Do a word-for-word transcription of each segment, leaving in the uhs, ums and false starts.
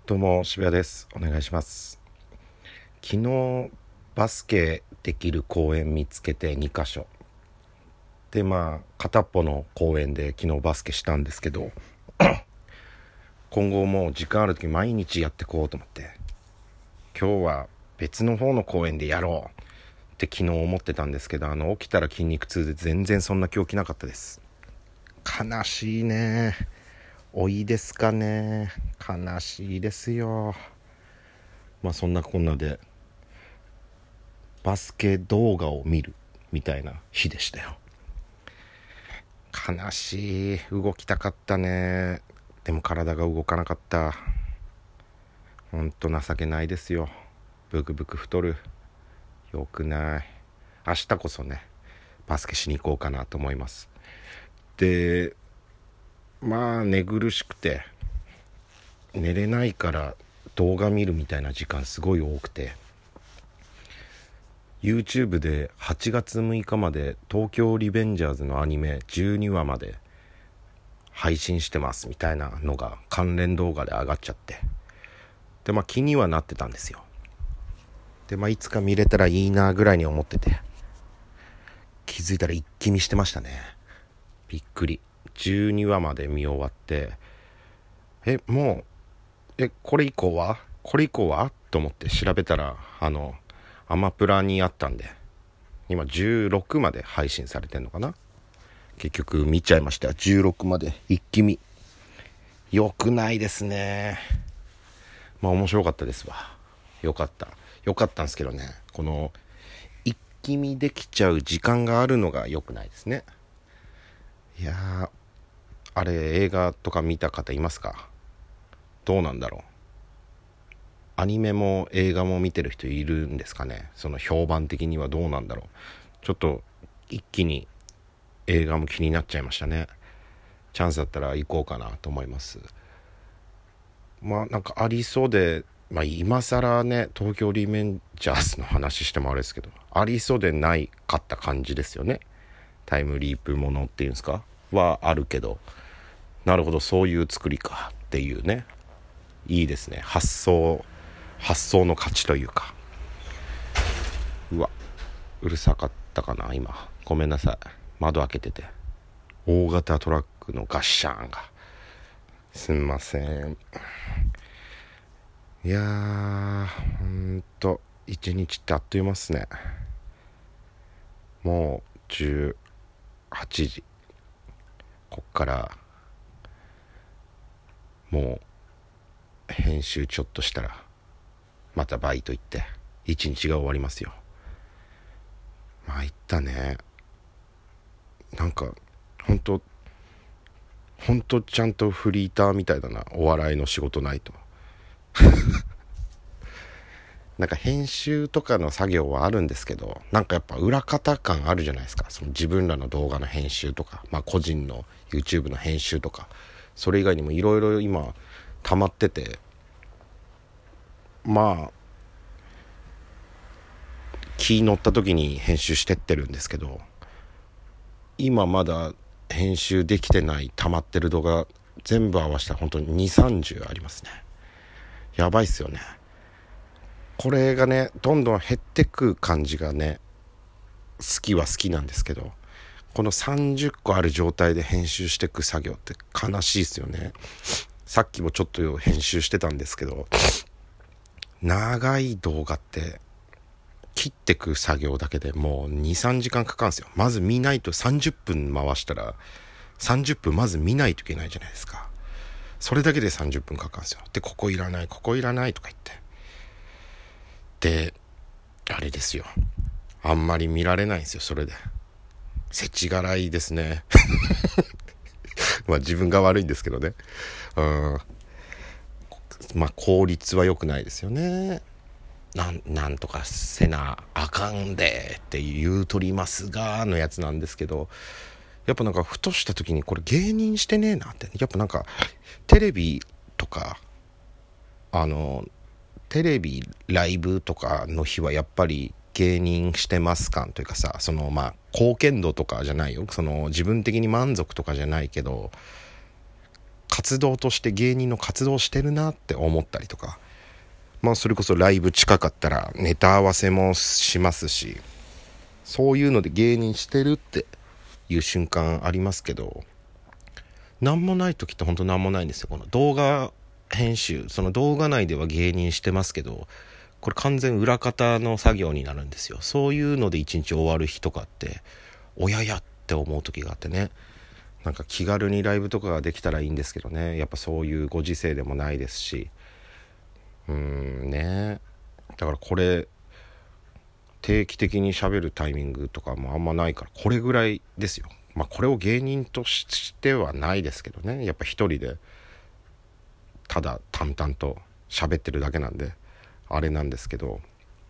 どうも渋谷です。お願いします。昨日バスケできる公園見つけてにかしょで、まあ片っぽの公園で昨日バスケしたんですけど今後もう時間ある時毎日やってこうと思って、今日は別の方の公園でやろうって昨日思ってたんですけど、あの起きたら筋肉痛で全然そんな気起きなかったです。悲しいね。おいですかね。悲しいですよ。まあそんなこんなでバスケ動画を見るみたいな日でしたよ。悲しい。動きたかったね。でも体が動かなかった。ほんと情けないですよ。ブクブク太る。よくない。明日こそねバスケしに行こうかなと思います。でまあ寝苦しくて寝れないから動画見るみたいな時間すごい多くて、 YouTube ではちがつむいかまで東京リベンジャーズのアニメじゅうにわまで配信してますみたいなのが関連動画で上がっちゃって、でまあ気にはなってたんですよ。でまあいつか見れたらいいなぐらいに思ってて、気づいたら一気見してましたね。びっくり。じゅうにわまで見終わって、えもうえこれ以降はこれ以降はと思って調べたら、あのアマプラにあったんで、今じゅうろくまで配信されてんのかな。結局見ちゃいました。じゅうろくまで一気見。よくないですね。まあ面白かったですわ。よかったよかったんですけどね、この一気見できちゃう時間があるのがよくないですね。いやー、あれ映画とか見た方いますか？どうなんだろう。アニメも映画も見てる人いるんですかね。その評判的にはどうなんだろう。ちょっと一気に映画も気になっちゃいましたね。チャンスだったら行こうかなと思います。まあなんかありそうで、まあ今更ね東京リベンジャーズの話してもあれですけど、ありそうでないかった感じですよね。タイムリープものっていうんですかはあるけど、なるほどそういう作りかっていうね。いいですね。発想発想の価値というか。うわ、うるさかったかな今。ごめんなさい。窓開けてて大型トラックのガッシャーンが、すんません。いやーほんと一日ってあっという間っすね。もうじゅうはちじ、こっからもう編集ちょっとしたらまたバイト行って一日が終わりますよ。参ったね。なんかほんとほんとちゃんとフリーターみたいだな、お笑いの仕事ないと。なんか編集とかの作業はあるんですけど、なんかやっぱ裏方感あるじゃないですか。その自分らの動画の編集とか、まあ個人の YouTube の編集とか、それ以外にもいろいろ今溜まってて、まあ気乗った時に編集してってるんですけど、今まだ編集できてない溜まってる動画全部合わせたら本当ににじゅう、さんじゅうありますね。やばいっすよね。これがねどんどん減ってく感じがね好きは好きなんですけど、このさんじゅっこある状態で編集してく作業って悲しいですよね。さっきもちょっと編集してたんですけど、長い動画って切ってく作業だけでもうに、さんじかんかかるんですよ。まず見ないとさんじゅっぷん回したらさんじゅっぷんまず見ないといけないじゃないですか。それだけでさんじゅっぷんかかるんですよ。でここいらないここいらないとか言って、であれですよ、あんまり見られないんですよ。それで世知辛いですね。まあ自分が悪いんですけどね。うんまあ効率は良くないですよね。なんなんとかせなあかんでって言うとりますがのやつなんですけど、やっぱなんかふとした時にこれ芸人してねえなって、やっぱなんかテレビとかあのテレビライブとかの日はやっぱり芸人してます感というかさ、そのまあ貢献度とかじゃないよ、その自分的に満足とかじゃないけど活動として芸人の活動してるなって思ったりとか、まあそれこそライブ近かったらネタ合わせもしますし、そういうので芸人してるっていう瞬間ありますけど、なんもない時って本当なんもないんですよ。この動画編集、その動画内では芸人してますけど、これ完全裏方の作業になるんですよ。そういうので一日終わる日とかっておややって思う時があってね、なんか気軽にライブとかができたらいいんですけどね、やっぱそういうご時世でもないですし、うーんね、だからこれ定期的に喋るタイミングとかもあんまないから、これぐらいですよ。まあこれを芸人としてはないですけどね、やっぱ一人でただ淡々と喋ってるだけなんであれなんですけど、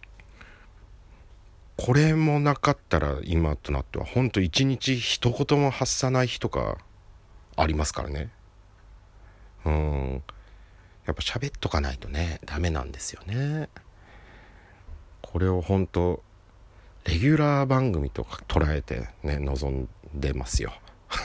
これもなかったら今となってはほんと一日一言も発さない日とかありますからね。うーんやっぱ喋っとかないとねダメなんですよね。これをほんとレギュラー番組とか捉えてね臨んでますよ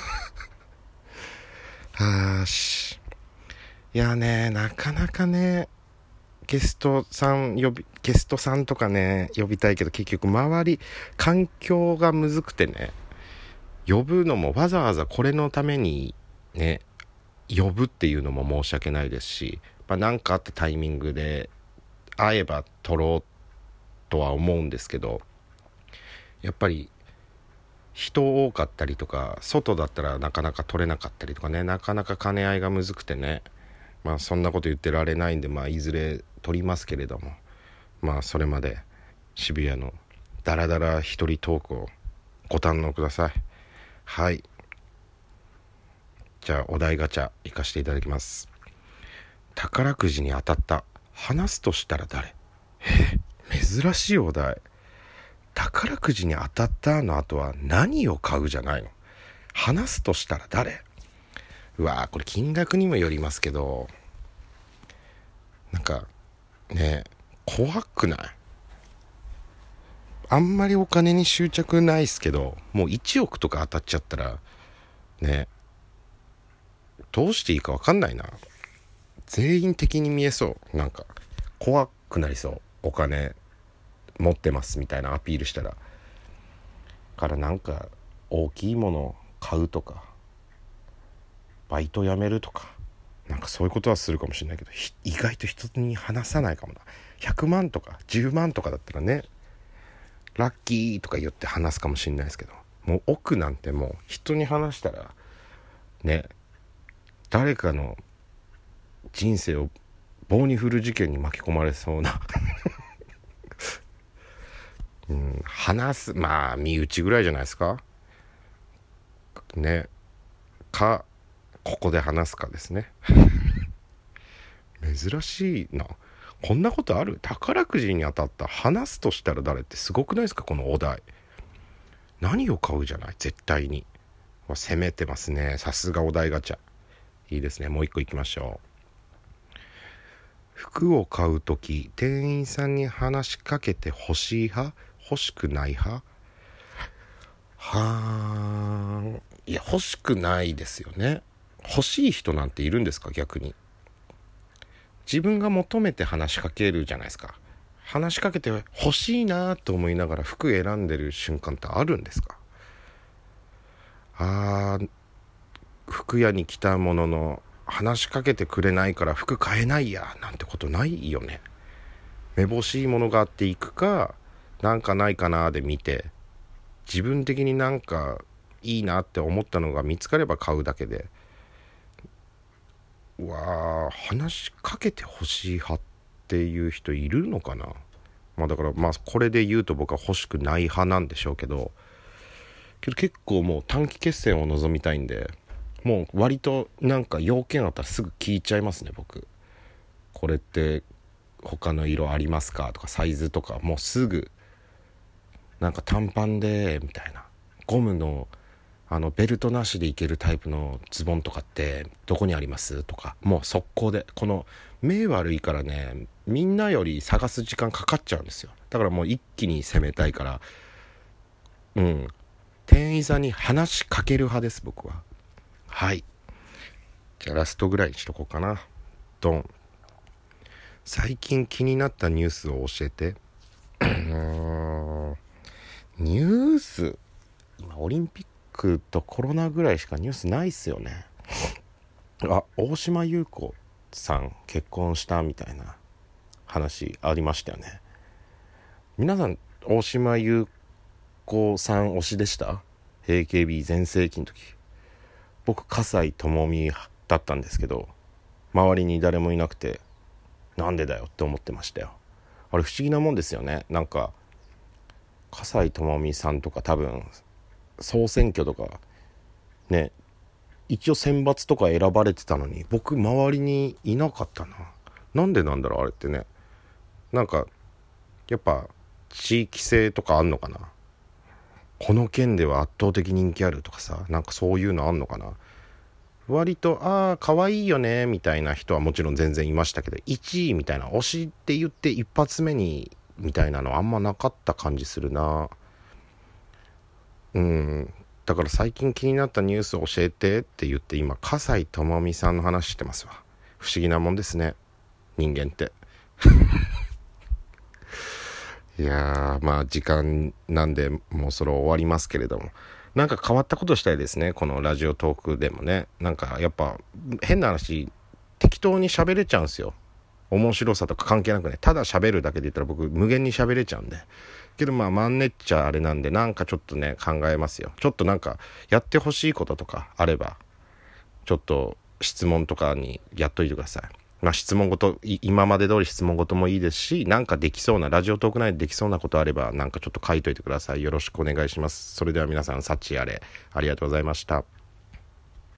はーし、いやね、なかなかねゲストさん呼びゲストさんとかね呼びたいけど、結局周り環境がむずくてね、呼ぶのもわざわざこれのためにね呼ぶっていうのも申し訳ないですし、まあ、なんかあったタイミングで会えば撮ろうとは思うんですけど、やっぱり人多かったりとか、外だったらなかなか撮れなかったりとかね、なかなか兼ね合いがむずくてね、まあそんなこと言ってられないんで、まあいずれ撮りますけれども、まあそれまで渋谷のダラダラ一人トークをご堪能ください。はい、じゃあお題ガチャ行かせていただきます。宝くじに当たった、話すとしたら誰？え、珍しいお題。宝くじに当たったの後は何を買うじゃないの。話すとしたら誰？うわー、これ金額にもよりますけど、なんかね怖くない？あんまりお金に執着ないっすけど、もういちおくとか当たっちゃったらね、どうしていいか分かんないな。全員的に見えそう。なんか怖くなりそう。お金持ってますみたいなアピールしたら。からなんか大きいものを買うとか、バイト辞めるとか、なんかそういうことはするかもしれないけど、意外と人に話さないかもな。ひゃくまんとかじゅうまんとかだったらね、ラッキーとか言って話すかもしれないですけど、もう億なんてもう人に話したらね、誰かの人生を棒に振る事件に巻き込まれそうなうん、話す、まあ身内ぐらいじゃないですかね、かここで話すかですね珍しいな。こんなことある？宝くじに当たった話すとしたら誰ってすごくないですか？このお題。何を買うじゃない、絶対に。攻めてますね。さすがお題ガチャ。いいですね。もう一個いきましょう。服を買うとき店員さんに話しかけて欲しい派、欲しくない派？はー、いや欲しくないですよね。欲しい人なんているんですか？逆に自分が求めて話しかけるじゃないですか。話しかけて欲しいなと思いながら服選んでる瞬間ってあるんですか？あー、服屋に来たものの話しかけてくれないから服買えないやなんてことないよね。めぼしいものがあって行くか、なんかないかなで見て、自分的になんかいいなって思ったのが見つかれば買うだけで、うわー、話しかけてほしい派っていう人いるのかな。まあだからまあこれで言うと僕は欲しくない派なんでしょうけど、けど結構もう短期決戦を望みたいんで、もう割となんか要件あったらすぐ聞いちゃいますね僕。これって他の色ありますかとか、サイズとかもうすぐ、なんか短パンでみたいな、ゴムのあのベルトなしでいけるタイプのズボンとかってどこにありますとか、もう速攻で。この目悪いからね、みんなより探す時間かかっちゃうんですよ。だからもう一気に攻めたいから、うん店員さんに話しかける派です僕は。はい、 じゃあラストぐらいにしとこうかな。ドン。最近気になったニュースを教えて。ニュース、今オリンピックとコロナぐらいしかニュースないっすよね。あ、大島優子さん結婚したみたいな話ありましたよね。皆さん大島優子さん推しでした？ エーケービー 全盛期の時。僕笠井友美だったんですけど、周りに誰もいなくてなんでだよって思ってましたよ。あれ不思議なもんですよね。なんか笠井友美さんとか多分総選挙とかね、一応選抜とか選ばれてたのに僕周りにいなかったな。なんでなんだろうあれってね。なんかやっぱ地域性とかあんのかな。この県では圧倒的人気あるとかさ、なんかそういうのあんのかな。割とああ可愛いよねみたいな人はもちろん全然いましたけど、いちいみたいな推しって言って一発目にみたいなのあんまなかった感じするな。うんだから最近気になったニュースを教えてって言って今笠井友美さんの話してますわ。不思議なもんですね、人間っていやーまあ時間なんでもうそろ終わりますけれども、なんか変わったことしたいですね、このラジオトークでもね。なんかやっぱ変な話適当に喋れちゃうんですよ。面白さとか関係なくね、ただ喋るだけで言ったら僕無限に喋れちゃうんで。けどまあマンネっちゃあれなんで、なんかちょっとね考えますよ。ちょっとなんかやってほしいこととかあればちょっと質問とかにやっといてください。まあ質問ごと今まで通り質問ごともいいですし、なんかできそうなラジオトーク内でできそうなことあればなんかちょっと書いといてください。よろしくお願いします。それでは皆さん幸あれ、ありがとうございました。